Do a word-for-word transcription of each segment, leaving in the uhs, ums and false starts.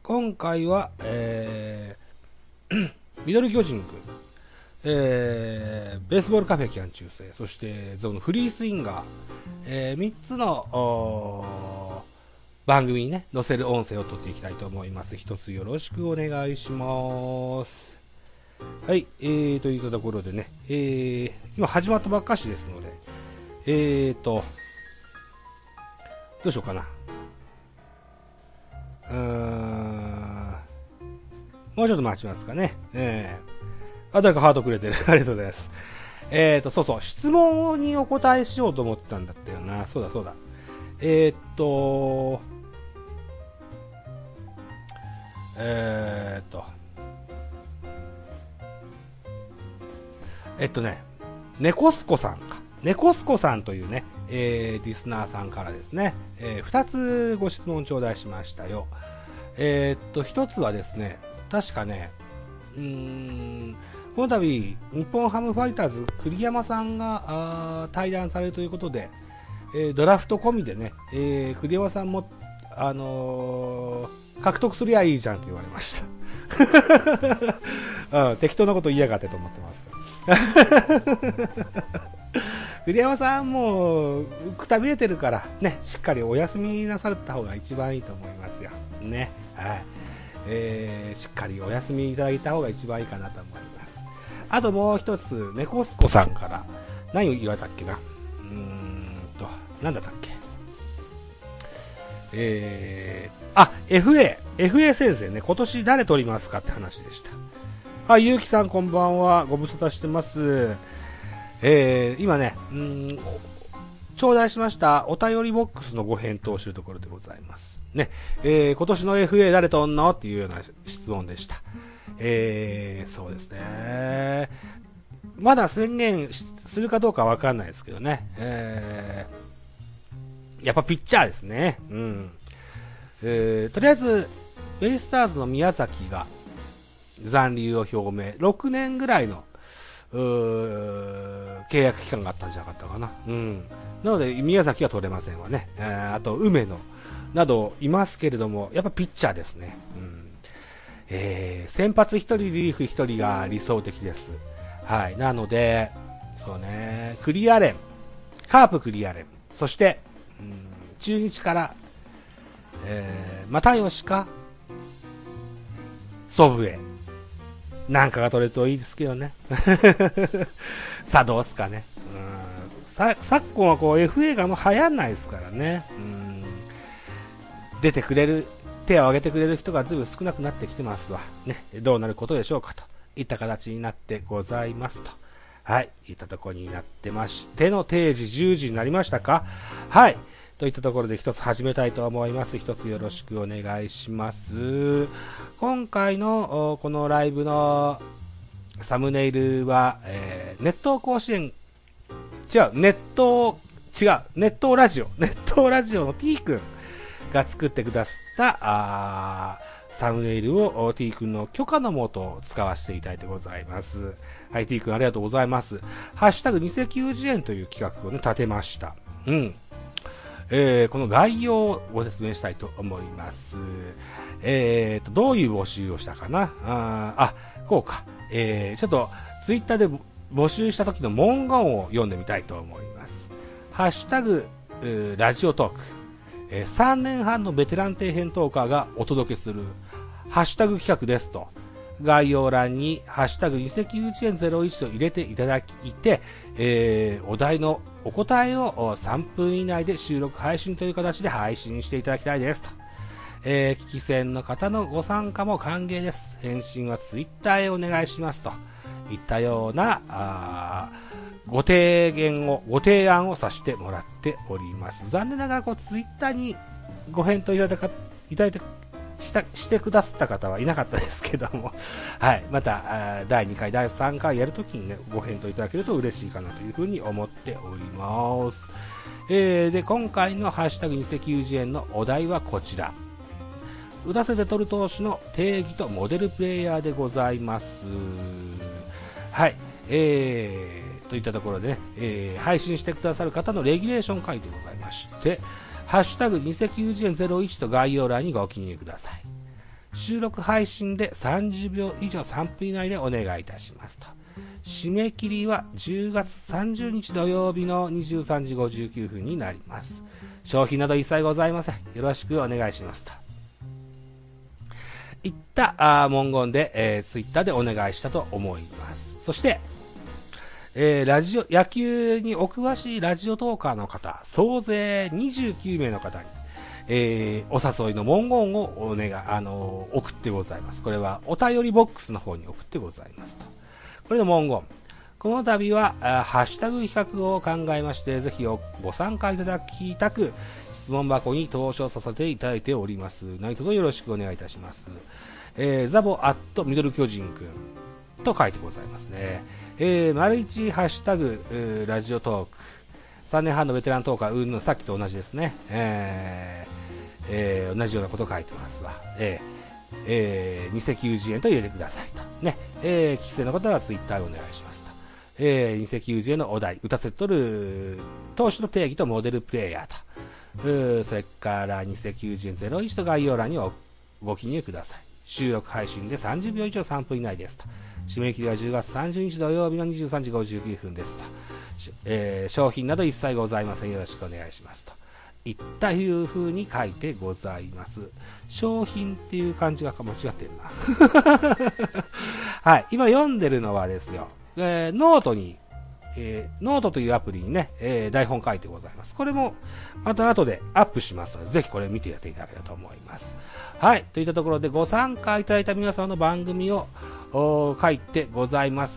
今回は、えー、ミドル巨人くん、えー、ベースボールカフェキャン中世、そしてゾーンフリースインガー、えー、みっつの番組にね、載せる音声を取っていきたいと思います。一つよろしくお願いします。はい、えー、というところでね、えー、今始まったばっかしですので、えーと、どうしようかな。うーん、もうちょっと待ちますかね。えー、あ、誰かハートくれてる。ありがとうございます。えーと、そうそう、質問にお答えしようと思ったんだったよな。そうだそうだ。えーと、えーと、えっとね、ネコスコさんか。ネコスコさんというね、えー、リスナーさんからですね、えー、二つご質問頂戴しましたよ。えー、っと、一つはですね、確かね、うーん、この度、日本ハムファイターズ、栗山さんがあ対談されるということで、えー、ドラフト込みでね、えー、栗山さんも、あのー、獲得すりゃいいじゃんと言われました、うん。適当なこと言いやがってと思ってます。栗山さんもくたびれてるからね、しっかりお休みなさった方が一番いいと思いますよね。はい、えー、しっかりお休みいただいた方が一番いいかなと思います。あともう一つ、ネコスコさんから何を言われたっけな。うーんとなんだったっけ。えー、あ エフエー エフエー 先生ね、今年誰取りますかって話でした。あ、ゆうきさんこんばんは。ご無沙汰してます。えー、今ね、うーん、頂戴しましたお便りボックスのご返答をしているところでございます。ね、えー、今年の エフエー 誰とんのっていうような質問でした。えー、そうですね。まだ宣言するかどうかわかんないですけどね。えー、やっぱピッチャーですね。うん。えー、とりあえず、ベイスターズの宮崎が、残留を表明。ろくねんぐらいのうー契約期間があったんじゃなかったかな。うん。なので宮崎は取れませんわね。えー、あと梅野などいますけれども、やっぱピッチャーですね。うん。えー、先発ひとりリリーフひとりが理想的です。はい。なのでそうね、クリアレン、カープクリアレン、そして、うん、中日から、えー、又吉か祖父江なんかが取れるといいですけどね。さあどうすかね。うん、さ昨今はこう エフエー がもう流行んないですからね。うん、出てくれる、手を挙げてくれる人がずいぶん少なくなってきてますわ。ね、どうなることでしょうかといった形になってございますと。はい、いったところになってましての定時じゅうじになりましたか。はい。といったところで一つ始めたいと思います。一つよろしくお願いします。今回のこのライブのサムネイルは、えー、ネット甲子園、違う、ネット、違う、ネットラジオ、ネットラジオの T 君が作ってくださったあサムネイルを T 君の許可のもと使わせていただいてございます。はい、T 君ありがとうございます。ハッシュタグにせきゅうじえんという企画をね、立てました。うん。えー、この概要をご説明したいと思います。えーと、どういう募集をしたかな。あ、あ、こうか。えー、ちょっとツイッターで募集した時の文言を読んでみたいと思います。ハッシュタグ、ラジオトーク、えー、さんねんはんのベテラン底辺トーカーがお届けするハッシュタグ企画ですと。概要欄にハッシュタグにせきゅうじえんゼロいちと入れていただいて、えー、お題のお答えをさんぷん以内で収録配信という形で配信していただきたいですと。えー、聞き戦の方のご参加も歓迎です。返信はツイッターへお願いしますといったようなあご提言をご提案をさせてもらっております。残念ながらこうツイッターにご返答いただいたいただいてしたしてくださった方はいなかったですけども、はい、まただいにかいだいさんかいやるときにねご返答いただけると嬉しいかなというふうに思っております。えー、で今回のハッシュタグにせきゅうじえんのお題はこちら。打たせて取る投手の定義とモデルプレイヤーでございます。はい、えー、といったところでね、えー、配信してくださる方のレギュレーション書いてございまして、ハッシュタグにせきゅうじえんゼロいちと概要欄にご記入ください。 収録配信でさんじゅうびょう以上さんぷん以内でお願いいたしますと。締め切りはじゅうがつさんじゅうにち土曜日のにじゅうさんじごじゅうきゅうふんになります。商品など一切ございません。よろしくお願いしますといったあ文言で、えー、ツイッターでお願いしたと思います。そして、えー、ラジオ野球にお詳しいラジオトーカーの方総勢にじゅうきゅうめいの方に、えー、お誘いの文言をお願い、あのー、送ってございます。これはお便りボックスの方に送ってございますと。これの文言。この度はハッシュタグ企画を考えまして、ぜひご参加いただきたく質問箱に投書させていただいております。何卒よろしくお願いいたします。えー、ザボアットミドル巨人くんと書いてございますね。えー、丸一ハッシュタグ、えー、ラジオトークさんねんはんのベテラントーカーうんのさっきと同じですね。えーえー、同じようなこと書いてますわ。えーえー、にせきゅうじゅうえんと入れてくださいと。ね。えー、聞き手の方はツイッターをお願いしますと。えー、にせきゅうじゅうえんのお題、打たせとる投手の定義とモデルプレイヤーと。それからにせきゅうじゅうえんゼロいちと概要欄にご記入ください。収録配信でさんじゅうびょう以上さんぷん以内ですと。締め切りはじゅうがつさんじゅうにち土曜日のにじゅうさんじごじゅうきゅうふんですと。えー、商品など一切ございません。よろしくお願いしますと。いったいう風に書いてございます。商品っていう漢字が間違ってるな。はい。今読んでるのはですよ、えー、ノートに、えー、ノートというアプリにね、えー、台本書いてございます。これも、また後でアップしますので、ぜひこれ見てやっていただければと思います。はい。といったところでご参加いただいた皆様の番組を書いてございます。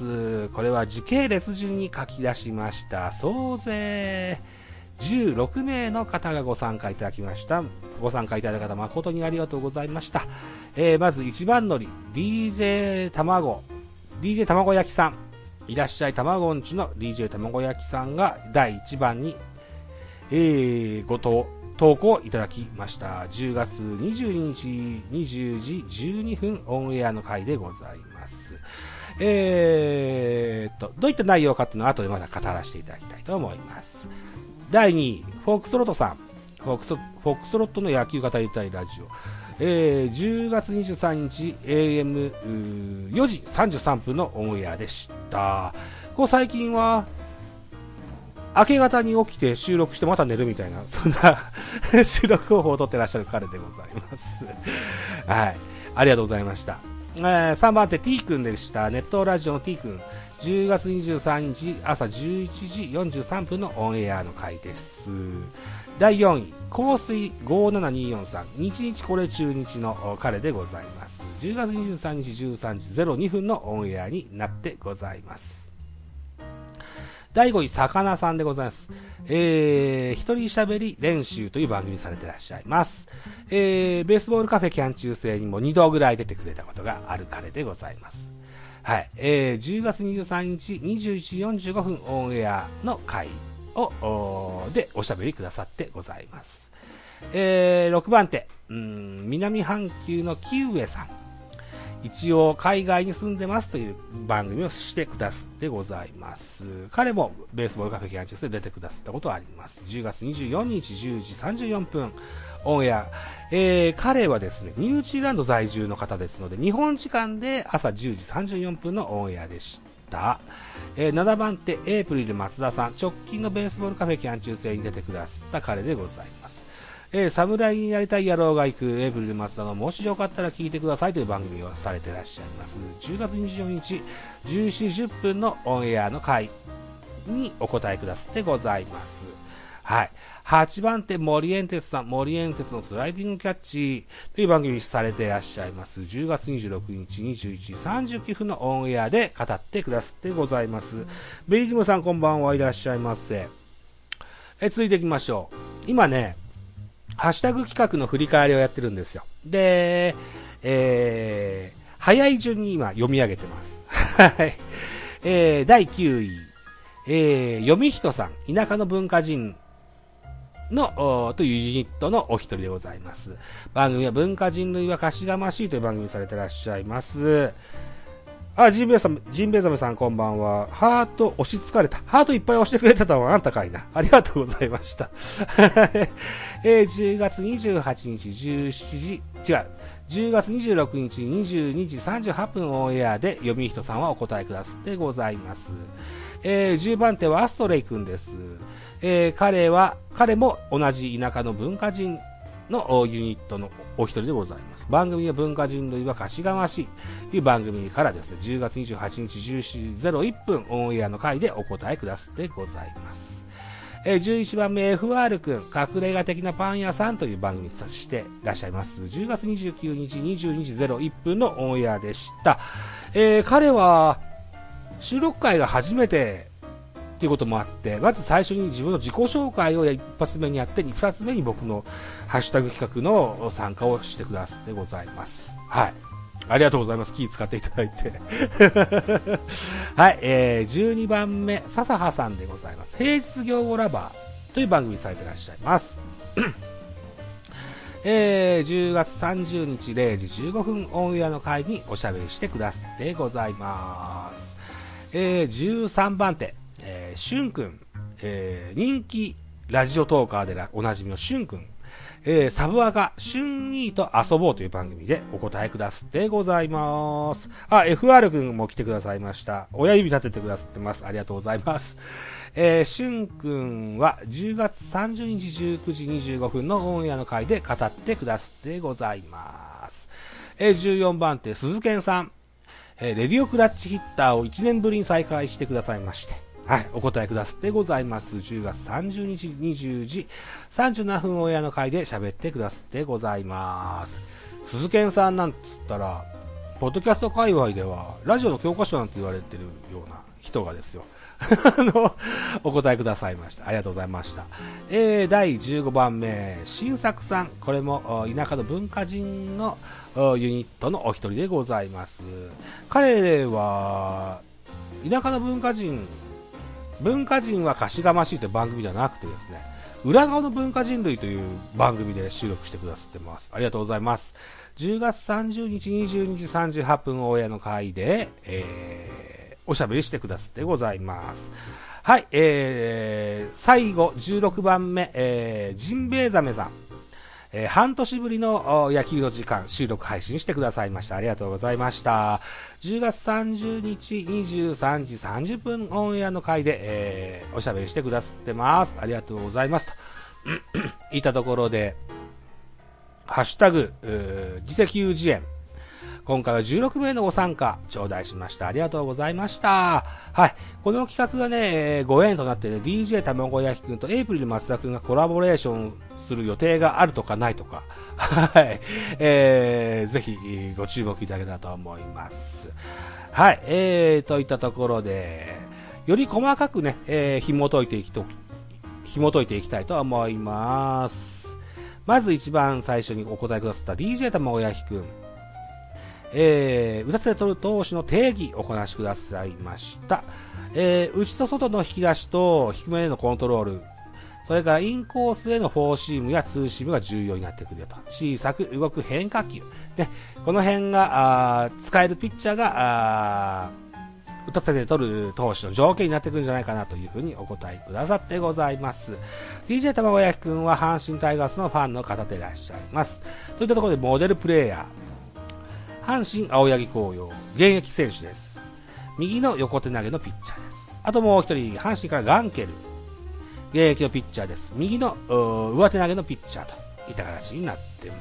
これは時系列順に書き出しました。総勢、じゅうろくめいの方がご参加いただきました。ご参加いただいた方誠にありがとうございました。えー、まず一番乗り ディージェー 卵 ディージェー 卵焼きさん、いらっしゃい卵んちの ディージェー 卵焼きさんがだいいちばんに、えー、ご投稿いただきました。じゅうがつにじゅうににちにじゅうじじゅうにふんオンエアの回でございます。えーっとどういった内容かっていうのは後でまだ語らせていただきたいと思います。だいにい、フォークストロットさん。フォークス、フォークストロットの野球語りたいラジオ。えー、じゅうがつにじゅうさんにち エーエムよじさんじゅうさんぷんのオンエアでした。こう最近は、明け方に起きて収録してまた寝るみたいな、そんな収録方法をとってらっしゃる彼でございます。はい。ありがとうございました。えー、さんばん手 T 君でした。ネットラジオの T 君。じゅうがつにじゅうさんにち朝じゅういちじよんじゅうさんぷんのオンエアの回です。だいよんい、香水ごななによんさん、日日これ中日の彼でございます。じゅうがつにじゅうさんにちじゅうさんじゼロにふんのオンエアになってございます。だいごい、魚さんでございます。えー、一人喋り練習という番組されてらっしゃいます。えー、ベースボールカフェキャン中世にもにどぐらい出てくれたことがある彼でございます。はい、えー、じゅうがつにじゅうさんにちにじゅういちじよんじゅうごふんオンエアの回をでおしゃべりくださってございます。えー、ろくばん手、うーん、南半球の木上さん。一応海外に住んでますという番組をしてくださってございます。彼もベースボールカフェキャンチュースで出てくださったことはあります。じゅうがつにじゅうよっかじゅうじさんじゅうよんぷんオンエア。えー、彼はですね、ニュージーランド在住の方ですので、日本時間で朝じゅうじさんじゅうよんぷんのオンエアでした。えー、ななばん手、エイプリル松田さん。直近のベースボールカフェキャンチュースに出てくださった彼でございます。えー、侍になりたい野郎が行くエイプリル松田のもしよかったら聞いてくださいという番組をされていらっしゃいます。じゅうがつにじゅうよっかじゅういちじじゅっぷんのオンエアの回にお答えくださってございます。はい。はちばん手、森エンテスさん。森エンテスのスライディングキャッチという番組にされていらっしゃいます。じゅうがつにじゅうろくにちにじゅういちじさんじゅうきゅうふんのオンエアで語ってくださってございます。ベリジムさんこんばんはいらっしゃいませ。え、続いていきましょう。今ね、ハッシュタグ企画の振り返りをやってるんですよ。で、えー、早い順に今読み上げてます。はい。えー、だいきゅうい、えー、読み人さん、田舎の文化人の、というユニットのお一人でございます。番組は文化人類はかしがましいという番組されていらっしゃいます。あ、ジンベエザメ、ジンベエザメさんこんばんは。ハート押し疲れた。ハートいっぱい押してくれたのはあんたかいな。ありがとうございました。えー、じゅうがつにじゅうはちにちじゅうしちじ違う。じゅうがつにじゅうろくにちにじゅうにじさんじゅうはっぷんオンエアで読み人さんはお答えくださってございます。えー、じゅうばん手はアストレイ君です。えー、彼は、彼も同じ田舎の文化人のユニットのお一人でございます。番組は文化人類はかしがましいという番組からですね、じゅうがつにじゅうはちにちじゅうしちじぜろいっぷんオンエアの回でお答えくださってございます。えー、じゅういちばんめ エフアール 君、隠れ家的なパン屋さんという番組にしていらっしゃいます。じゅうがつにじゅうくにちにじゅうにじぜろいっぷんのオンエアでした。えー、彼は収録回が初めてということもあって、まず最初に自分の自己紹介を一発目にやって、二つ目に僕のハッシュタグ企画の参加をしてくださってございます。はい。ありがとうございます。気使っていただいて。はい、えー、じゅうにばんめ、笹葉さんでございます。平日業語ラバーという番組されていらっしゃいます。えー、じゅうがつさんじゅうにちれいじじゅうごふんオンエアの回におしゃべりしてくださってございます。えー、じゅうさんばん手、えー、しゅんくん、えー、人気ラジオトーカーでおなじみのしゅんくん、えー、サブアカ、シュンニーと遊ぼうという番組でお答えくださってございます。あ、エフアール 君も来てくださいました。親指立ててくださってます。ありがとうございます。えー、シュン君はじゅうがつさんじゅうにちじゅうくじにじゅうごふんのオンエアの回で語ってくださってございます。えー、じゅうよんばん手、鈴賢さん、えー、レディオクラッチヒッターをいちねんぶりに再開してくださいまして、はい、お答えくださってございます。じゅうがつさんじゅうにちにじゅうじさんじゅうななふんオンエアの回で喋ってくださってございます。鈴賢さんなんつったら、ポッドキャスト界隈では、ラジオの教科書なんて言われてるような人がですよ。あの、お答えくださいました。ありがとうございました。えー、だいじゅうごばんめ、新作さん。これも、田舎の文化人のユニットのお一人でございます。彼は、田舎の文化人、文化人はかしがましいという番組じゃなくてですね、裏側の文化人類という番組で収録してくださってます。ありがとうございます。じゅうがつさんじゅうにちにじゅうにじさんじゅうはっぷんオンエアの回で、えー、おしゃべりしてくださってございます。はい、えー、最後じゅうろくばんめ、えー、ジンベエザメさん。えー、半年ぶりの野球の時間収録配信してくださいました。ありがとうございました。じゅうがつさんじゅうにちにじゅうさんじさんじゅっぷんオンエアの回で、えー、おしゃべりしてくださってます。ありがとうございます。といったところで、ハッシュタグ、自責有事園。今回はじゅうろくめいのご参加頂戴しました。ありがとうございました。はい。この企画がね、ご縁となって、ね、ディージェー 卵焼きくんとエイプリル松田くんがコラボレーションする予定があるとかないとか、はい。えー、ぜひご注目いただけたらと思います。はい。えー、といったところで、より細かくね、えー、紐解いていきと、紐解いていきたいと思います。まず一番最初にお答えくださった ディージェー 卵焼きくん。えー、打たせて取る投手の定義お話しくださいました。えー、内と外の引き出しと低めへのコントロール、それからインコースへのフォーシームやツーシームが重要になってくるよと。小さく動く変化球。ね、この辺が、あ使えるピッチャーが、あ打たせて取る投手の条件になってくるんじゃないかなというふうにお答えくださってございます。ディージェー 卵焼きくんは阪神タイガースのファンの方でいらっしゃいます。といったところでモデルプレイヤー。阪神青柳紅葉、現役選手です。右の横手投げのピッチャーです。あともう一人、阪神からガンケル、現役のピッチャーです。右の上手投げのピッチャーといった形になってます。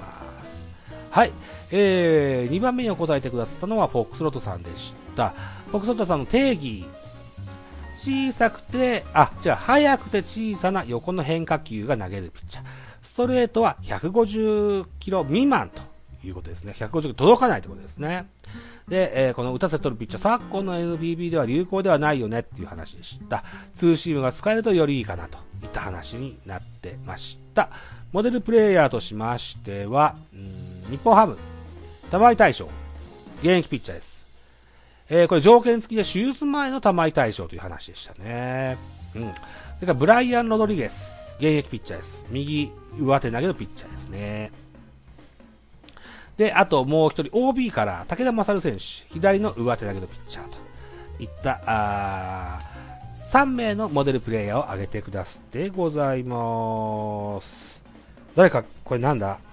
はい。えー、にばんめにお答えてくださったのはフォックスロットさんでした。フォックスロットさんの定義、小さくて、あ、じゃあ速くて小さな横の変化球が投げるピッチャー。ストレートはひゃくごじゅっキロ未満ということですね。ひゃくごじゅうキロ届かないということですね。で、えー、この打たせて取るピッチャー、昨今の エヌビービー では流行ではないよねっていう話でした。ツーシームが使えるとよりいいかなといった話になってました。モデルプレイヤーとしましては、ん日本ハム、玉井大将、現役ピッチャーです。えー、これ条件付きで手術前の玉井大将という話でしたね。うん。それからブライアン・ロドリゲス、現役ピッチャーです。右上手投げのピッチャーですね。で、あともう一人 オービー から武田勝選手、左の上手投げのピッチャーといった、あさんめいのモデルプレイヤーを挙げてくださってございます。誰か、これなんだ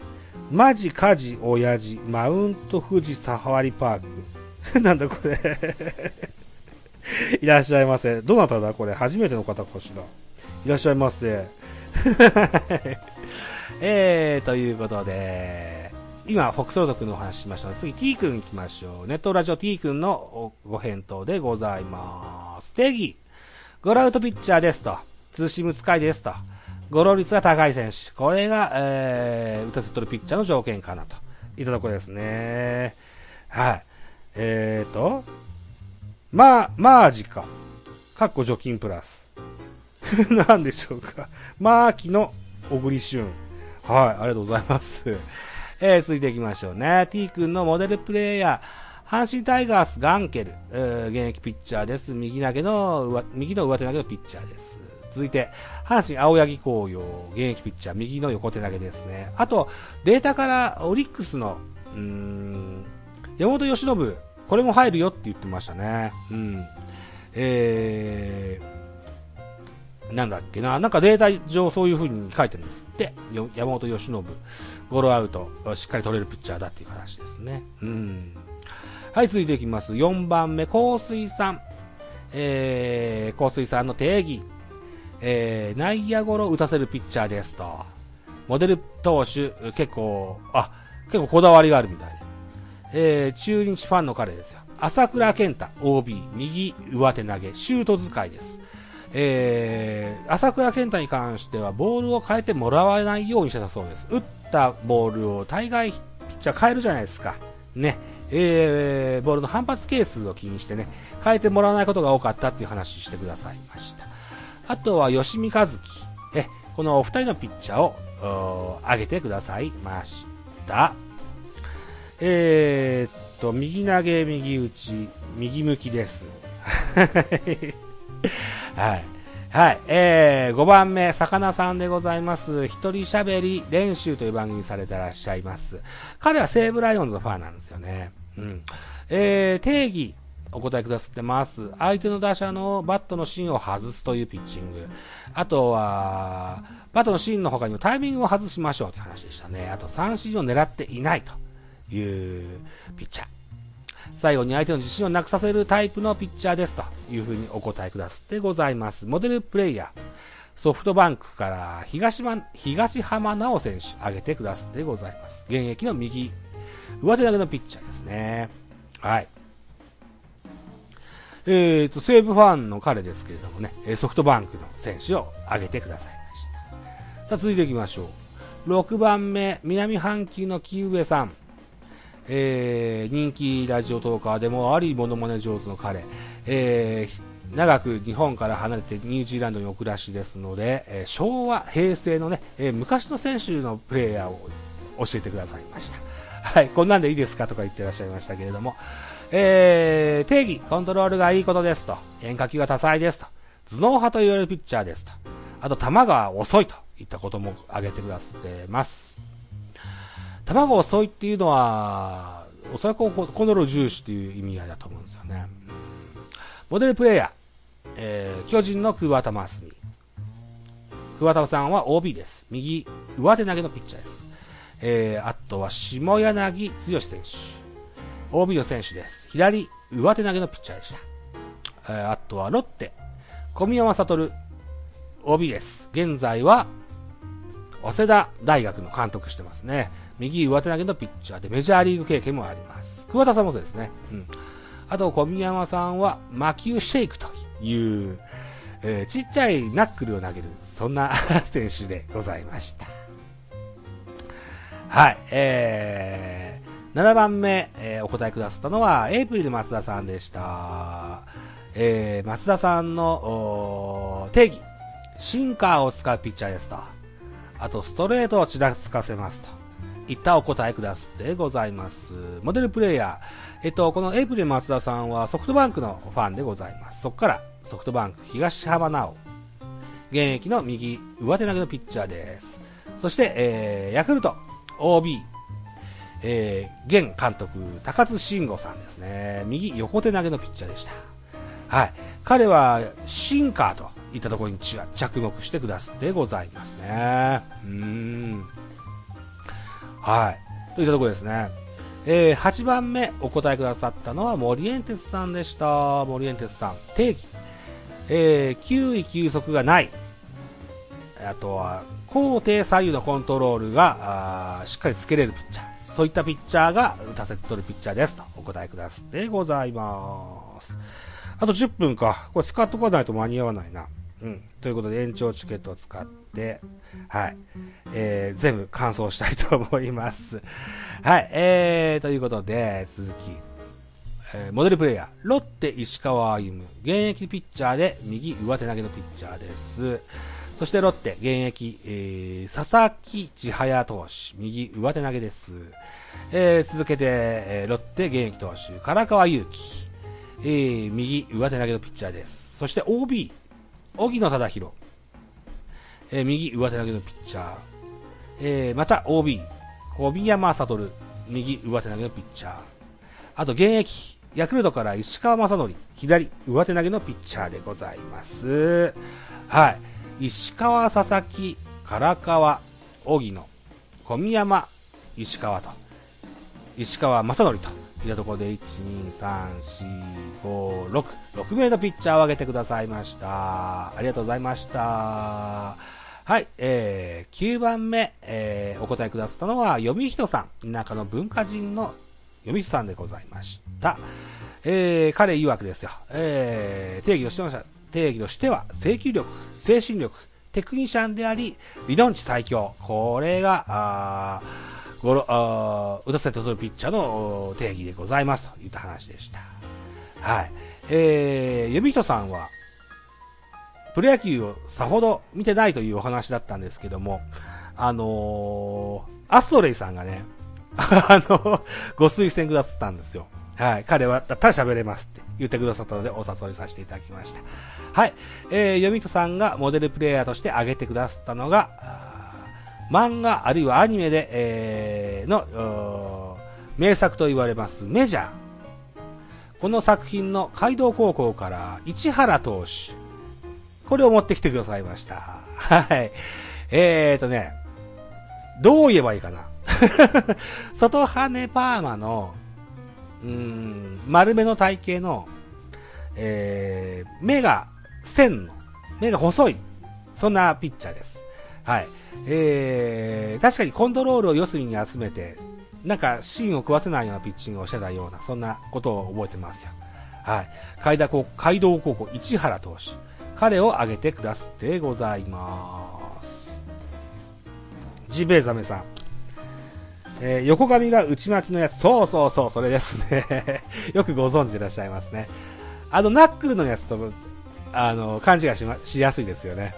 マジカジ親父、マウント富士サファリパーク。なんだこれ。いらっしゃいませ。どなただこれ、初めての方かしら。いらっしゃいませ。えー、ということで、今、北総族のお話ししましたので、次 T 君行きましょう。ネットラジオ T 君のご返答でございます。定義。ゴロアウトピッチャーですと。ツーシーム使いですと。ゴロ率が高い選手。これが、えー、打たせ取るピッチャーの条件かなと。いったところですね。はい。えーと、まあ、マージか。かっこ除菌プラス。なんでしょうか。マーキの小栗旬。はい、ありがとうございます。えー、続いていきましょうね。T 君のモデルプレイヤー、阪神タイガースガンケル、えー、現役ピッチャーです。右投げの、右の上手投げのピッチャーです。続いて、阪神青柳紅葉、現役ピッチャー、右の横手投げですね。あと、データからオリックスの、うーん、山本由伸、これも入るよって言ってましたね。うん。えー、なんだっけな、なんかデータ上そういう風に書いてるんですって。山本由伸、ゴロアウト、しっかり取れるピッチャーだっていう話ですね。うん。はい、続いていきます。よんばんめ、香水さん。えー、香水さんの定義。えー、内野ゴロ打たせるピッチャーですと。モデル投手、結構、あ、結構こだわりがあるみたいで。えー、中日ファンの彼ですよ。朝倉健太、オービー、右上手投げ、シュート使いです。えー、朝倉健太に関してはボールを変えてもらわないようにしてたそうです。打ったボールを大概ピッチャー変えるじゃないですか。ね。えー、ボールの反発係数を気にしてね、変えてもらわないことが多かったっていう話してくださいました。あとは吉見和樹。え、このお二人のピッチャーを挙げてくださいました。えーっと、右投げ、右打ち、右向きです。はい。はい。えー、ごばんめ、魚さんでございます。一人喋り練習という番組されてらっしゃいます。彼は西武ライオンズのファンなんですよね。うん。えー、定義、お答えくださってます。相手の打者のバットの芯を外すというピッチング。あとは、バットの芯の他にもタイミングを外しましょうという話でしたね。あと、三振を狙っていないというピッチャー。最後に相手の自信をなくさせるタイプのピッチャーですというふうにお答えくださってございます。モデルプレイヤー、ソフトバンクから東間東浜直選手挙げてくださってございます。現役の右上手投げのピッチャーですね。はい。えーと、西武ファンの彼ですけれどもね、ソフトバンクの選手を挙げてくださいました。さあ続いていきましょう。ろくばんめ、南半球の木上さん。えー、人気ラジオトーカーでもあり、モノマネ上手の彼、えー、長く日本から離れてニュージーランドにお暮らしですので、えー、昭和、平成のね、えー、昔の選手のプレイヤーを教えてくださいました。はい、こんなんでいいですかとか言ってらっしゃいましたけれども、えー、定義、コントロールがいいことですと、変化球が多彩ですと、頭脳派と言われるピッチャーですと、あと球が遅いといったことも挙げてくださってます。球が遅いっていうのは、おそらくコントロール重視という意味合いだと思うんですよね。モデルプレイヤー、えー、巨人の桑田真澄。桑田さんは オービー です。右、上手投げのピッチャーです。えー、あとは下柳剛選手。オービー の選手です。左、上手投げのピッチャーでした。えー、あとはロッテ、小宮山悟。オービー です。現在は、早稲田大学の監督してますね。右上手投げのピッチャーでメジャーリーグ経験もあります。桑田さんもそうですね。うん。あと、小宮山さんは魔球シェイクという、えー、ちっちゃいナックルを投げる、そんな選手でございました。はい。えー、ななばんめ、えー、お答えくださったのは、エイプリル増田さんでした。えー、増田さんの定義、シンカーを使うピッチャーですと。あと、ストレートをちらつかせますと。いったお答えくださってございます。モデルプレイヤー。えっと、このエイプリル松田さんはソフトバンクのファンでございます。そこからソフトバンク東浜直。現役の右上手投げのピッチャーです。そして、えー、ヤクルト オービー、えー、現監督高津慎吾さんですね。右横手投げのピッチャーでした。はい。彼はシンカーといったところに着目してくださってございますね。うーん。はい。 といったところですね。えー、はちばんめお答えくださったのは森エンテスさんでした。森エンテスさん。定義。えー、球威球速がない。あとは、高低左右のコントロールが、しっかりつけれるピッチャー。そういったピッチャーが打たせて取るピッチャーですとお答えくださってございます。あとじゅっぷんか。これ使っとかないと間に合わないな。うん。ということで延長チケットを使って、はい。えー、全部完走したいと思います。はい。えー、ということで、続き。えー、モデルプレイヤー、ロッテ石川歩夢。現役ピッチャーで右上手投げのピッチャーです。そしてロッテ、現役、えー、佐々木千早投手。右上手投げです。えー、続けて、えー、ロッテ現役投手、唐川祐希。えー、右上手投げのピッチャーです。そして オービー、荻野忠宏、えー、右上手投げのピッチャー、えー、また オービー、小宮山悟、右上手投げのピッチャー、あと現役、ヤクルトから石川正則、左上手投げのピッチャーでございます。はい。石川、佐々木、唐川、荻野、小宮山、石川と、石川正則と、いったところで、いち、に、さん、よん、ご、ろく、ろくめいのピッチャーを挙げてくださいました。ありがとうございました。はい、えー、きゅうばんめ、えー、お答えくださったのは、読人さん、田舎の文化人の読人さんでございました。えー、彼曰くですよ、えー、定義としては、定義としては、制球力、精神力、テクニシャンであり、理論値最強。これが、あー、ゴロ、あ打たせて取るピッチャーの定義でございますといった話でした。はい。えー、読人さんは、プロ野球をさほど見てないというお話だったんですけども、あのー、アストレイさんがね、あの、ご推薦くださったんですよ。はい。彼はだったら喋れますって言ってくださったのでお誘いさせていただきました。はい。えー、読人さんがモデルプレイヤーとして挙げてくださったのが、漫画あるいはアニメで、えー、の名作と言われますメジャー。この作品の街道高校から市原投手。これを持ってきてくださいました。はい。えーとね、どう言えばいいかな。外羽パーマの、うーん、丸めの体型の、えー、目が線の、目が細い。そんなピッチャーです。はい。えー、確かにコントロールを四隅に集めて、なんか芯を食わせないようなピッチングをしてたような、そんなことを覚えてますよ。はい。街道高校、街道高校市原投手。彼を挙げてくださってございます。ジベイザメさん。えー、横髪が内巻きのやつ。そうそうそう、それですね。よくご存知でいらっしゃいますね。あの、ナックルのやつと、あの、勘違いしま、しやすいですよね。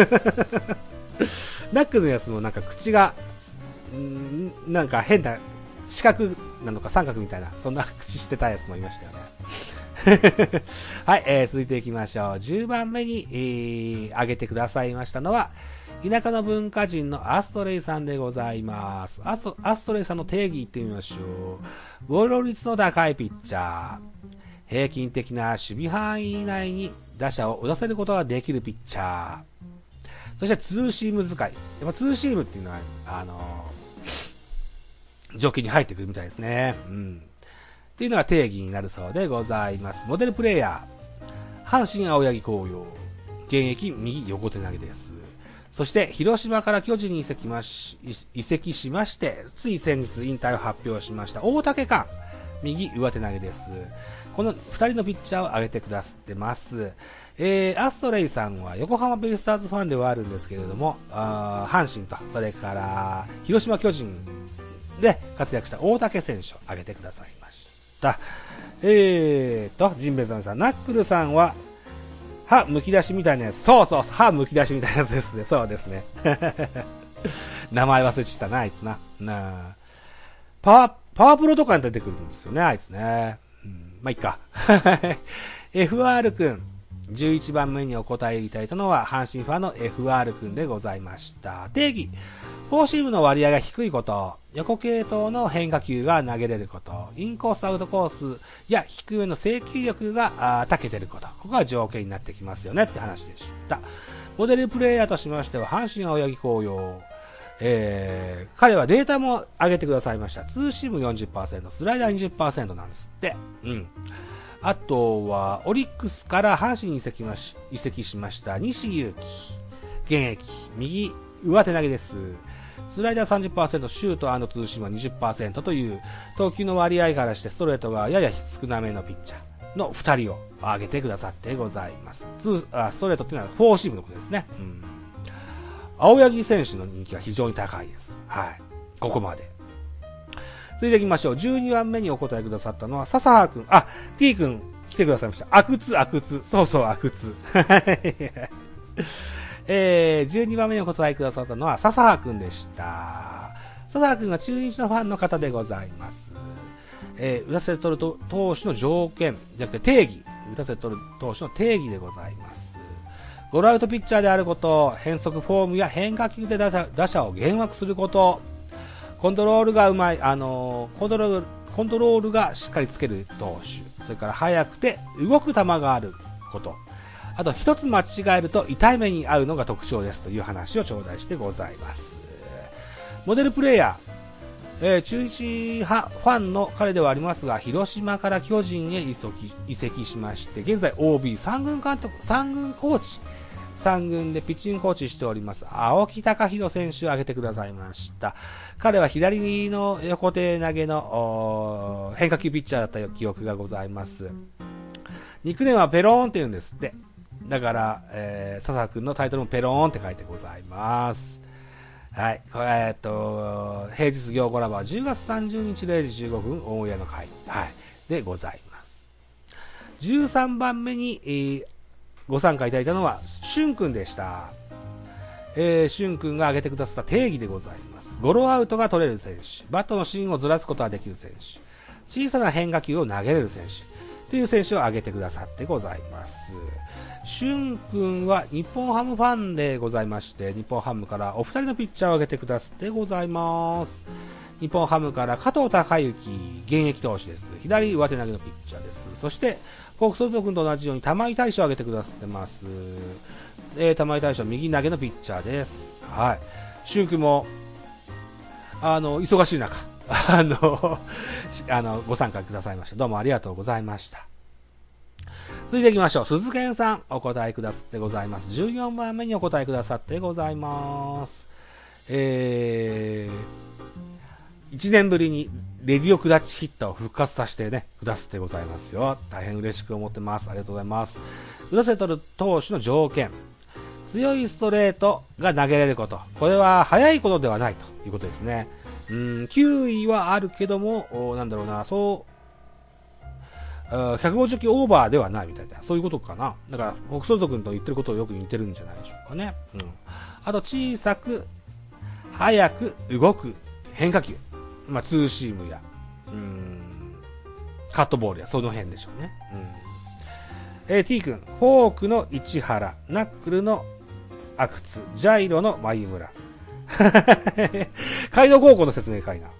ナックルのやつもなんか口が、んなんか変な、四角なのか三角みたいな、そんな口してたやつもいましたよね。はい、えー、続いていきましょう。じゅうばんめに、えー、挙げてくださいましたのは、田舎の文化人のアストレイさんでございます。アスト、アストレイさんの定義言ってみましょう。ゴロ率の高いピッチャー。平均的な守備範囲以内に打者を打たせることができるピッチャー。そしてツーシーム使い。やっぱツーシームっていうのは、あのー、条件に入ってくるみたいですね。うん。っていうのが定義になるそうでございます。モデルプレイヤー。阪神青柳紅葉。現役右横手投げです。そして広島から巨人に移籍まし、移籍しまして、つい先日引退を発表しました大竹寛。右上手投げです。この二人のピッチャーを挙げてくださってます。えー、アストレイさんは横浜ベイスターズファンではあるんですけれども、あ阪神と、それから広島巨人で活躍した大竹選手を挙げてくださいました。えーと、ジンベエザメさん、ナックルさんは、歯剥き出しみたいなやつ。そうそう、歯剥き出しみたいなやつですね。そうですね。名前忘れちゃったな、あいつな。なパワー、パワープロとかに出てくるんですよね、あいつね。うん、まあ、いっか。エフアール 君。じゅういちばんめにお答えいただいたのは、阪神ファンの エフアール 君でございました。定義。フォーシームの割合が低いこと、横系統の変化球が投げれること、インコースアウトコースや低めの制球力が長けてること、ここが条件になってきますよねって話でした。モデルプレイヤーとしましては、阪神青柳紅葉。 えー、彼はデータも上げてくださいました。ツーシーム よんじゅっパーセント、スライダー にじゅっパーセント なんですって。うん。あとは、オリックスから阪神に移籍まし移籍しました西勇輝。現役、右上手投げです。スライダー さんじゅっパーセント、シュート&ツーシームは にじゅっパーセント という投球の割合からしてストレートがやや少なめのピッチャーのふたりを挙げてくださってございます。ツーあストレートっていうのはフォーシームのことですね。うん、青柳選手の人気は非常に高いです。はい。ここまで。続いていきましょう。じゅうにばんめにお答えくださったのは笹葉くん。あ、T くん来てくださいました。阿久津、阿久津。そうそう、阿久津。えー、じゅうにばんめにお答えくださったのは笹葉くんでした。笹葉くんが中日のファンの方でございます。えー、打たせ取る投手の条件じゃなくて定義。打たせ取る投手の定義でございます。ゴロアウトピッチャーであること、変則フォームや変化球で打者、打者を幻惑すること、コントロールがうまい、あのー、コントロール、コントロールがしっかりつける投手、それから速くて動く球があること、あと一つ間違えると痛い目に遭うのが特徴ですという話を頂戴してございます。モデルプレイヤー、えー、中日派ファンの彼ではありますが、広島から巨人へ移籍、移籍しまして、現在 オービー 三軍監督、三軍コーチ、三軍でピッチングコーチしております。青木隆弘選手を挙げてくださいました。彼は左の横手投げの変化球ピッチャーだった記憶がございます。ニックネームはペローンって言うんですって。だから、えー、笹葉くんのタイトルもペローンって書いてございます。はい。えー、っと、平日行コラボはじゅうがつさんじゅうにちれいじじゅうごふんオンエアの回、はい、でございます。じゅうさんばんめに、えーご参加いただいたのは、しゅんくんでした。えー、しゅんくんが挙げてくださった定義でございます。ゴロアウトが取れる選手、バットの芯をずらすことができる選手、小さな変化球を投げれる選手、という選手を挙げてくださってございます。しゅんくんは日本ハムファンでございまして、日本ハムからお二人のピッチャーを挙げてくださってございます。日本ハムから加藤隆之、現役投手です。左上手投げのピッチャーです。そして、フォークソルト君と同じように玉井大将を挙げてくださってます。えー、玉井大将右投げのピッチャーです。はい。俊君も、あの、忙しい中、あの、あの、ご参加くださいました。どうもありがとうございました。続いていきましょう。鈴賢さん、お答えくださってございます。じゅうよんばんめにお答えくださってございます。えー、いちねんぶりにレディオクラッチヒッターを復活させてね、くださってございますよ。大変嬉しく思ってます。ありがとうございます。打たせ取る投手の条件。強いストレートが投げられること。これは速いことではないということですね。うん、球威はあるけども、なんだろうな、そう、ひゃくごじゅっキロオーバーではないみたいな、そういうことかな。だから、フォクソルト君と言ってることをよく似てるんじゃないでしょうかね。うん。あと、小さく、速く動く変化球。まあ、ツーシームや、うーん、カットボールや、その辺でしょうね。うん。えー、T 君、フォークの市原、ナックルの阿久津、ジャイロの眉村。街道高校の説明会な。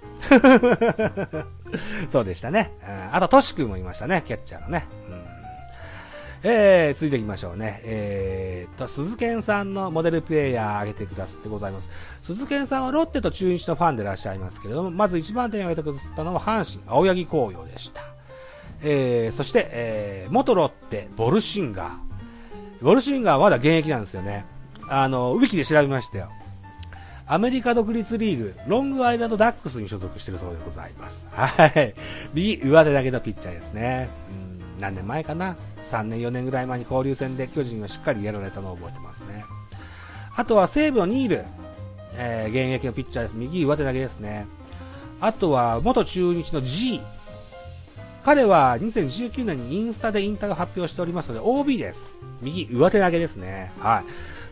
そうでしたね。あと、トシ君もいましたね、キャッチャーのね。うん、えー、続いていきましょうね。えーと、鈴賢さんのモデルプレイヤー挙げてくださってございます。鈴賢さんはロッテと中日のファンでいらっしゃいますけれども、まず一番手に挙げてくださったのは阪神、青柳紅葉でした。えー、そして、えー、元ロッテ、ボルシンガー。ボルシンガーはまだ現役なんですよね。あの、ウィキで調べましたよ。アメリカ独立リーグ、ロングアイランドダックスに所属しているそうでございます。はい。右上手だけのピッチャーですね。うん、何年前かな ?さん 年、よねんぐらい前に交流戦で巨人をしっかりやられたのを覚えてますね。あとは西武のニール、えー、現役のピッチャーです。右上手だけですね。あとは元中日の G。彼はにせんじゅうきゅうねんにインスタで引退を発表しておりますので オービー です。右上手投げですね。はい。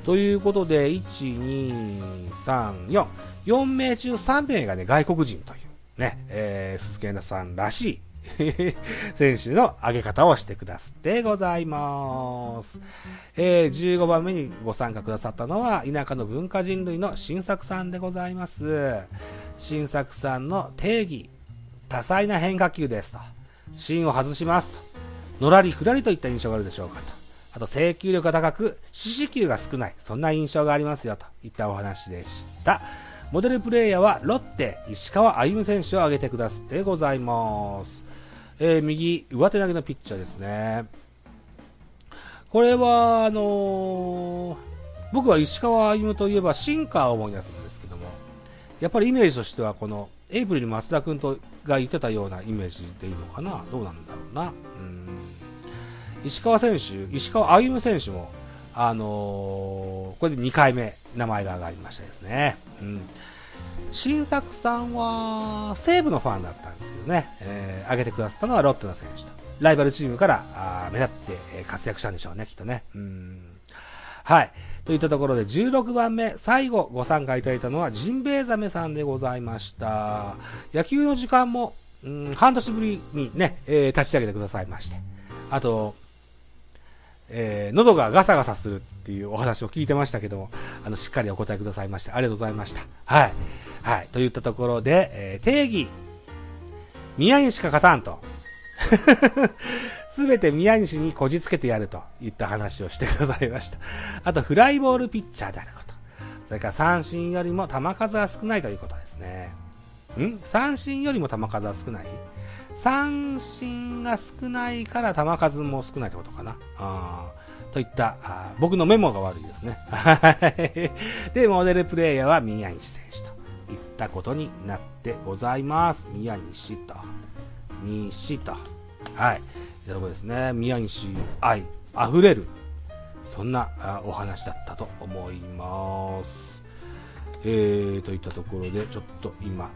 ということで、いち、に、さん、よん。よんめい中さんめいがね、外国人というね、えー、鈴木奈さんらしい選手の上げ方をしてくださってございます。えー、じゅうごばんめにご参加くださったのは、田舎の文化人類の新作さんでございます。新作さんの定義、多彩な変化球ですと。芯を外しますと。のらりふらりといった印象があるでしょうかと。あと、制球力が高く、四死球が少ない。そんな印象がありますよといったお話でした。 モデルプレイヤーはロッテ、石川歩夢選手を挙げてくださってございます。えー、右、上手投げのピッチャーですね。これは、あのー、僕は石川歩夢といえばシンカーを思い出すんですけども、やっぱりイメージとしてはこのエイプリル松田くんとが言ってたようなイメージでいいのかな、どうなんだろうな。うーん、石川選手、石川歩夢選手も、あのー、これでにかいめ名前が上がりましたですね。うん。新作さんは西武のファンだったんですけどね、えー、挙げてくださったのはロッテの選手と、ライバルチームからあ目立って活躍したんでしょうね、きっとね。うーん、はい。といったところでじゅうろくばんめ、最後ご参加いただいたのはジンベエザメさんでございました。野球の時間も、うん、半年ぶりにね、えー、立ち上げてくださいまして。あと、えー、喉がガサガサするっていうお話を聞いてましたけども、あの、しっかりお答えくださいまして、ありがとうございました。はい。はい。といったところで、えー、定義。宮西か勝たんと。すべて宮西にこじつけてやるといった話をしてくださいました。あと、フライボールピッチャーであること。それから三振よりも球数が少ないということですね。ん三振よりも球数は少ない？三振が少ないから球数も少ないってことかな。あといったあ、僕のメモが悪いですね。で、モデルプレイヤーは宮西選手といったことになってございます。宮西と、西と、はい。というところですね。宮西愛あふれる、そんなあお話だったと思います。えー、といったところで、ちょっと今、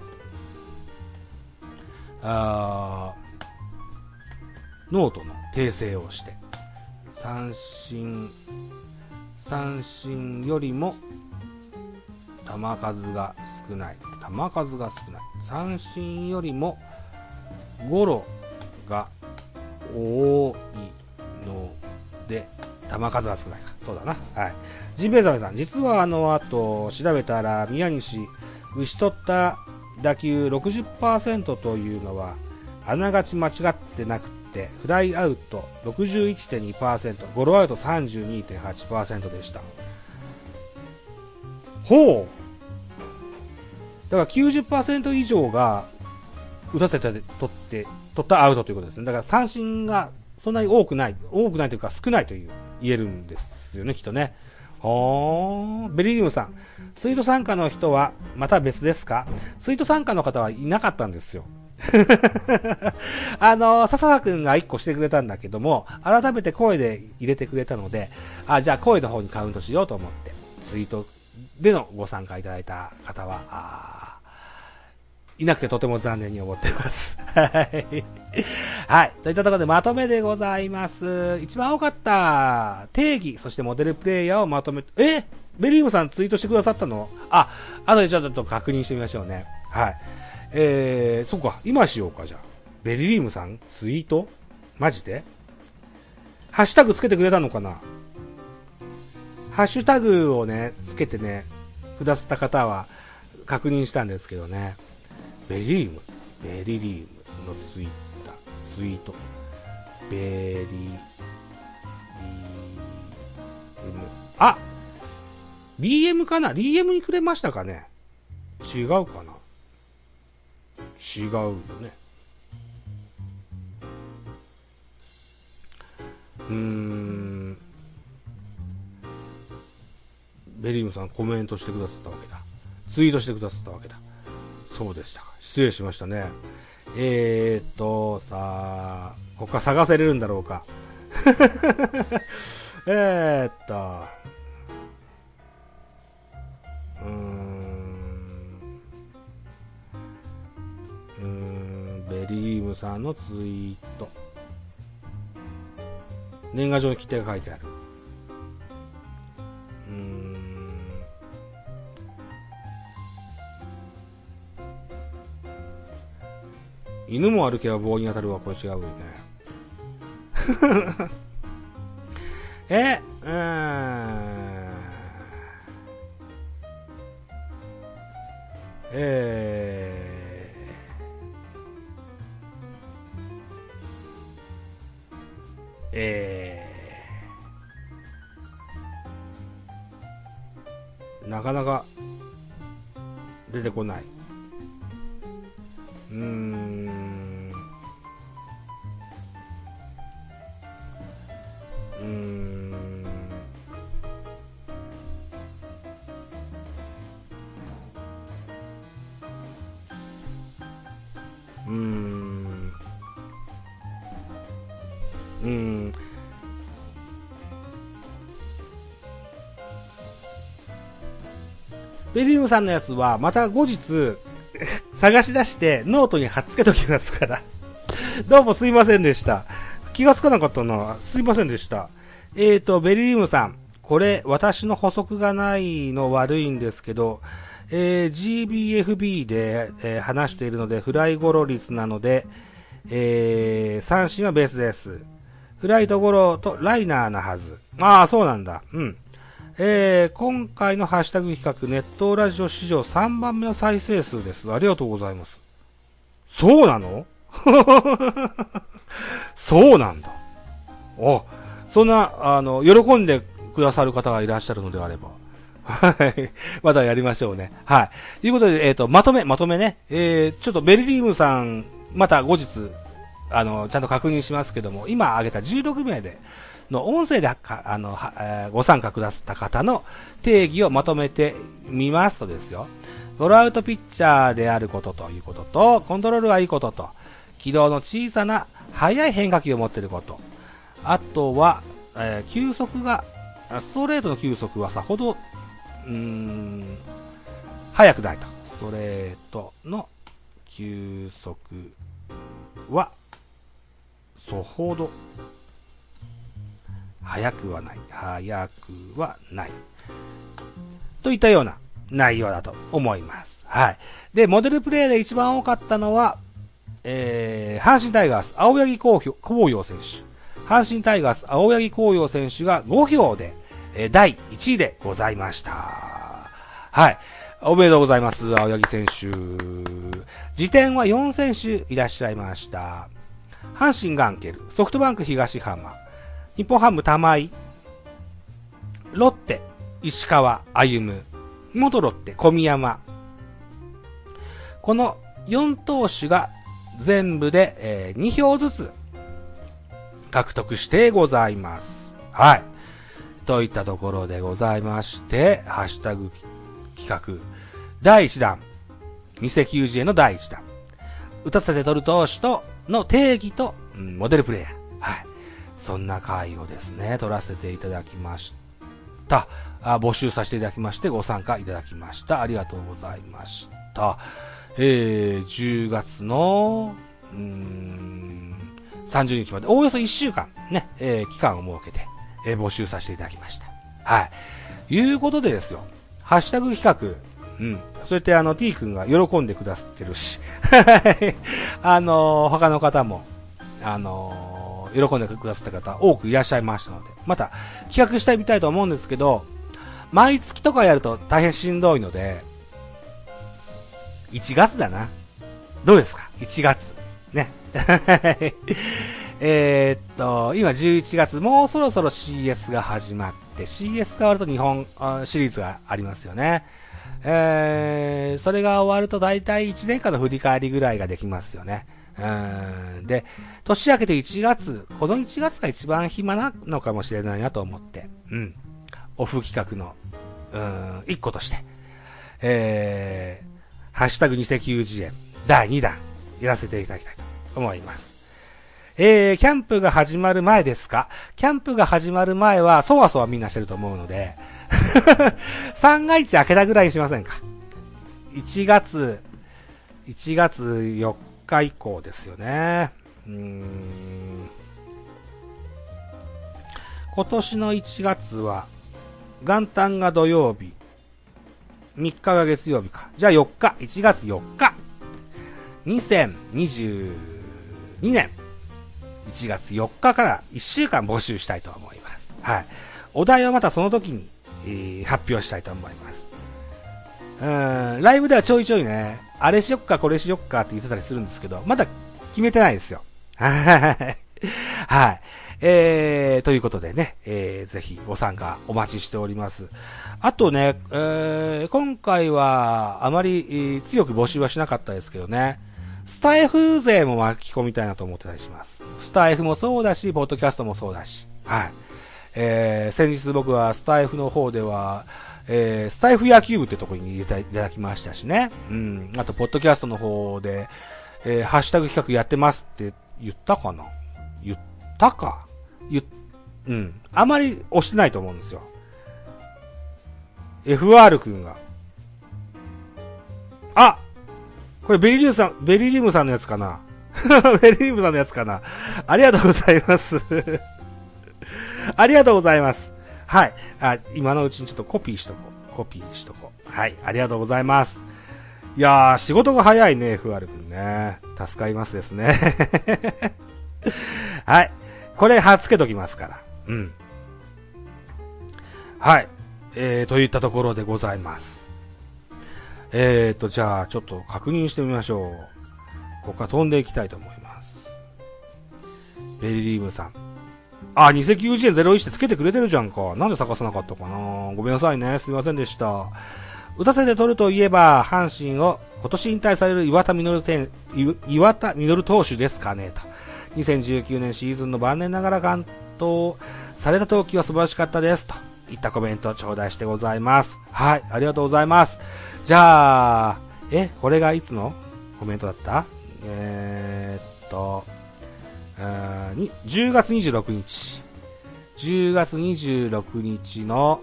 あノートの訂正をして、三振、三振よりも球数が少ない、球数が少ない、三振よりもゴロが多いので、球数が少ないか。そうだな。はい。ジンベエザメさん、実はあの後調べたら、宮西、打ち取った打球 ろくじゅっパーセント というのは、あながち間違ってなくて、フライアウト ろくじゅういってんにパーセント、ゴロアウト さんじゅうにてんはちパーセント でした。ほう。だから きゅうじゅっパーセント 以上が打たせて取って、取ったアウトということですね。だから三振がそんなに多くない、多くないというか少ないという言えるんですよね、きっとね。ほー。ベリリウムさん、スイート参加の人はまた別ですか？スイート参加の方はいなかったんですよ。あの、笹田くんがいっこしてくれたんだけども、改めて声で入れてくれたので、あ、じゃあ声の方にカウントしようと思って、ツイートでのご参加いただいた方は、あいなくてとても残念に思っています。はい。はい。といったところでまとめでございます。一番多かった定義、そしてモデルプレイヤーをまとめ、えベリームさんツイートしてくださったの？あ、あとでちょっと確認してみましょうね。はい。えー、そっか、今しようか、じゃあ。ベリリームさんツイートマジでハッシュタグつけてくれたのかな？ハッシュタグをね、つけてね、くださった方は確認したんですけどね。ベリーム、ベリリームのツイッター、ツイート。ベリリーム。あ ディーエム かな ?ディーエム にくれましたかね？違うかな？違うよね。うーん。ベリームさんコメントしてくださったわけだ。ツイートしてくださったわけだ。そうでしたか。失礼しましたね。えーっと、さあ、ここから探せれるんだろうか。えーっと、うーん、うーん、ベリームさんのツイート。年賀状に切手が書いてある。うーん。犬も歩けば棒に当たるわ、これ違うよね。え、うーん。えー、えー、なかなか出てこない。うーん。うーん。うーん。うーん。ベリウムさんのやつは、また後日、探し出してノートに貼っつけときますから。どうもすいませんでした。気がつかなかったな。すいませんでした。えーと、ベリウムさん。これ、私の補足がないの悪いんですけど、えー、ジービーエフビー で、えー、話しているので、フライゴロ率なので、えー、三振はベースです。フライトゴロとライナーなはず。ああ、そうなんだ。うん。えー、今回のハッシュタグ企画、ネットラジオ史上さんばんめの再生数です。ありがとうございます。そうなのそうなんだ。お、そんな、あの、喜んでくださる方がいらっしゃるのであれば。はい。まだやりましょうね。はい。ということで、えっと、まとめ、まとめね。えー、ちょっとベリリームさん、また後日、あの、ちゃんと確認しますけども、今挙げたじゅうろくめいで、の音声であの、えー、ご参加くださった方の定義をまとめてみますとですよ。ゴロアウトピッチャーであることということと、コントロールがいいことと、軌道の小さな速い変化球を持っていること。あとは、えー、球速が、ストレートの球速はさほど、うーん、速くないと。ストレートの球速は、そほど、速くはない。速くはない。といったような内容だと思います。はい。で、モデルプレイで一番多かったのは、えー、阪神タイガース、青柳紅葉選手。阪神タイガース、青柳紅葉選手がごひょうで、えー、だいいちいでございました。はい。おめでとうございます、青柳選手。次点はよんせんしゅいらっしゃいました。阪神ガンケル、ソフトバンク東浜、日本ハム玉井、ロッテ石川歩夢、元ロッテ小宮山。このよん投手が全部で、えー、にひょうずつ獲得してございます。はい。といったところでございまして、ハッシュタグ企画だいいちだん、偽球児へのだいいちだん、打たせて取る投手との定義と、うん、モデルプレイヤー。はい。そんな回をですね、取らせていただきました。あ、募集させていただきまして、ご参加いただきました。ありがとうございました。えー、じゅうがつの、うーん、さんじゅうにちまで、おおよそいっしゅうかん、ね、えー、期間を設けて、えー、募集させていただきました。はい。いうことでですよ、ハッシュタグ企画、うん。そうやってあの T 君が喜んでくださってるし、あのー、他の方も、あのー、喜んでくださった方多くいらっしゃいましたので、また企画してみたいと思うんですけど、毎月とかやると大変しんどいので、いちがつだな。どうですか ?いちがつ。ね。えーっと、今じゅういちがつ、もうそろそろ シーエス が始まって、シーエス 変わると日本シリーズがありますよね。えー、それが終わると大体いちねんかんの振り返りぐらいができますよね。うーんで、年明けていちがつ、このいちがつが一番暇なのかもしれないなと思って、うん。オフ企画の、うーん、一個として、えー、ハッシュタグ偽球児園だいにだんやらせていただきたいと思います。えー、キャンプが始まる前ですか？キャンプが始まる前は、そわそわみんなしてると思うので、三が日明けたぐらいにしませんか？いちがつ、いちがつよっか以降ですよね。うーん。今年のいちがつは、元旦が土曜日、みっかが月曜日か。じゃあよっか、いちがつよっか。にせんにじゅうにねんいちがつよっかからいっしゅうかん募集したいと思います。はい。お題はまたその時に、えー、発表したいと思います。うーん、ライブではちょいちょいね、あれしよっかこれしよっかって言ってたりするんですけど、まだ決めてないですよ。はい。はい。 えー、ということでね、えー、ぜひご参加お待ちしております。あとね、えー、今回はあまり、えー、強く募集はしなかったですけどね、スタイフ勢も巻き込みたいなと思ってたりします。スタイフもそうだし、ポッドキャストもそうだし、はい。えー、先日僕はスタイフの方では、えー、スタイフ野球部ってところに入れていただきましたしね。うん。あと、ポッドキャストの方で、えー、ハッシュタグ企画やってますって言ったかな？言ったか言、うん。あまり押してないと思うんですよ。エフアール 君が。あ！これベリリウムさん、ベリリウムさんのやつかなベリリウムさんのやつかなありがとうございます。ありがとうございます。はい。あ、今のうちにちょっとコピーしとこう。コピーしとこう。はい。ありがとうございます。いやー、仕事が早いね、エフアール 君ね。助かりますですね。はい。これ、はつけときますから。うん。はい。えー、といったところでございます。えーと、じゃあ、ちょっと確認してみましょう。ここから飛んでいきたいと思います。ベリリームさん。あ、に石友人ゼロいちってつけてくれてるじゃんか。なんで探さなかったかな。ごめんなさいね。すみませんでした。打たせて取るといえば、阪神を今年引退される岩田実天、岩田実投手ですかね、と。にせんじゅうきゅうねんシーズンの晩年ながら完投された投球は素晴らしかったです、といったコメントを頂戴してございます。はい、ありがとうございます。じゃあ、え、これがいつのコメントだった？えーっと、じゅうがつにじゅうろくにち。じゅうがつにじゅうろくにちの、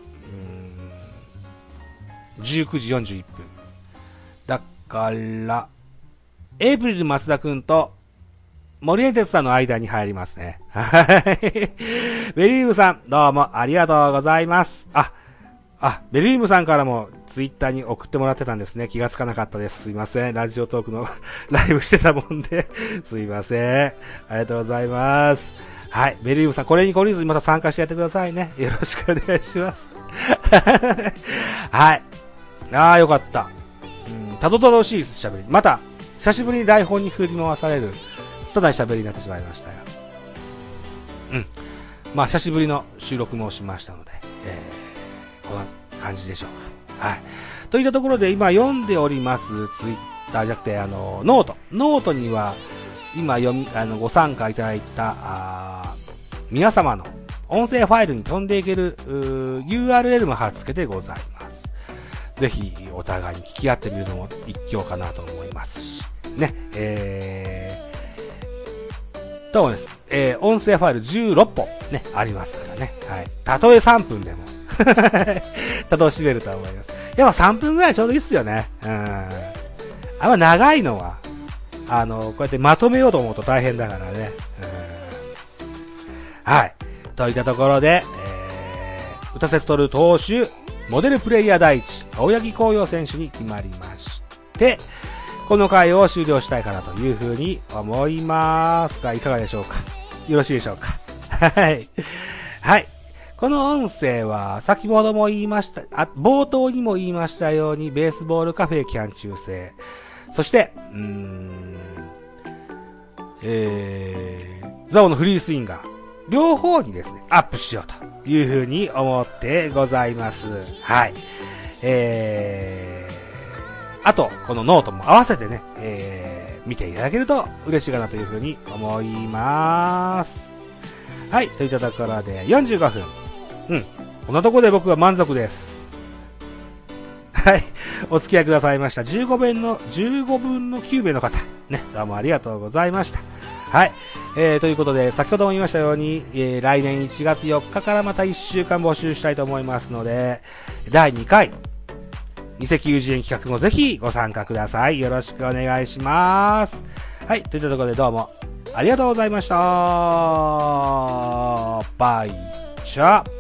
うーん、じゅうくじよんじゅういっぷん。だから、エイプリル増田くんと森江哲さんの間に入りますね。はい。ベリームさん、どうもありがとうございます。あ、あ、ベリームさんからもツイッターに送ってもらってたんですね。気がつかなかったです。すいません。ラジオトークのライブしてたもんで。すいません。ありがとうございます。はい。ベリームさん、これに懲りずにまた参加してやってくださいね。よろしくお願いします。はい。ああ、よかった。うん、たどたどしい喋り。また、久しぶりに台本に振り回される、拙い喋りになってしまいましたよ。うん。まあ、久しぶりの収録もしましたので、えー、こんな感じでしょうか。はい。といったところで、今読んでおります、ツイッターじゃなくて、あの、ノート。ノートには、今読み、あの、ご参加いただいた、あ皆様の音声ファイルに飛んでいける、ユーアールエル も貼っ付けてございます。ぜひ、お互いに聞き合ってみるのも一興かなと思いますし、ね、えー、どうもです。えー、音声ファイルじゅうろっぽんね、ありますからね。はい。たとえさんぷんでも、楽しめると思います。やっぱさんぷんぐらいちょうどいいっすよね。うん。あんま長いのは、あの、こうやってまとめようと思うと大変だからね。うん。はい。といったところで、えー、打たせとる投手、モデルプレイヤー第一、青柳紅葉選手に決まりまして、この回を終了したいかなというふうに思いますが、いかがでしょうか？よろしいでしょうか？はい。はい。この音声は、先ほども言いました、あ、冒頭にも言いましたように、ベースボールカフェキャン中制。そして、うーん、えー、ザオのフリースインガー。両方にですね、アップしようというふうに思ってございます。はい。えー、あと、このノートも合わせてね、えー、見ていただけると嬉しいかなというふうに思います。はい。といったところでよんじゅうごふん。うん。こんなところで僕は満足です。はい。お付き合いくださいました。じゅうごぶんの、じゅうごぶんのきゅうめいの方。ね。どうもありがとうございました。はい。えー、ということで、先ほども言いましたように、えー、来年いちがつよっかからまたいっしゅうかん募集したいと思いますので、だいにかい、二石友人企画もぜひご参加ください。よろしくお願いします。はい。といったところでどうもありがとうございました。バイチャ。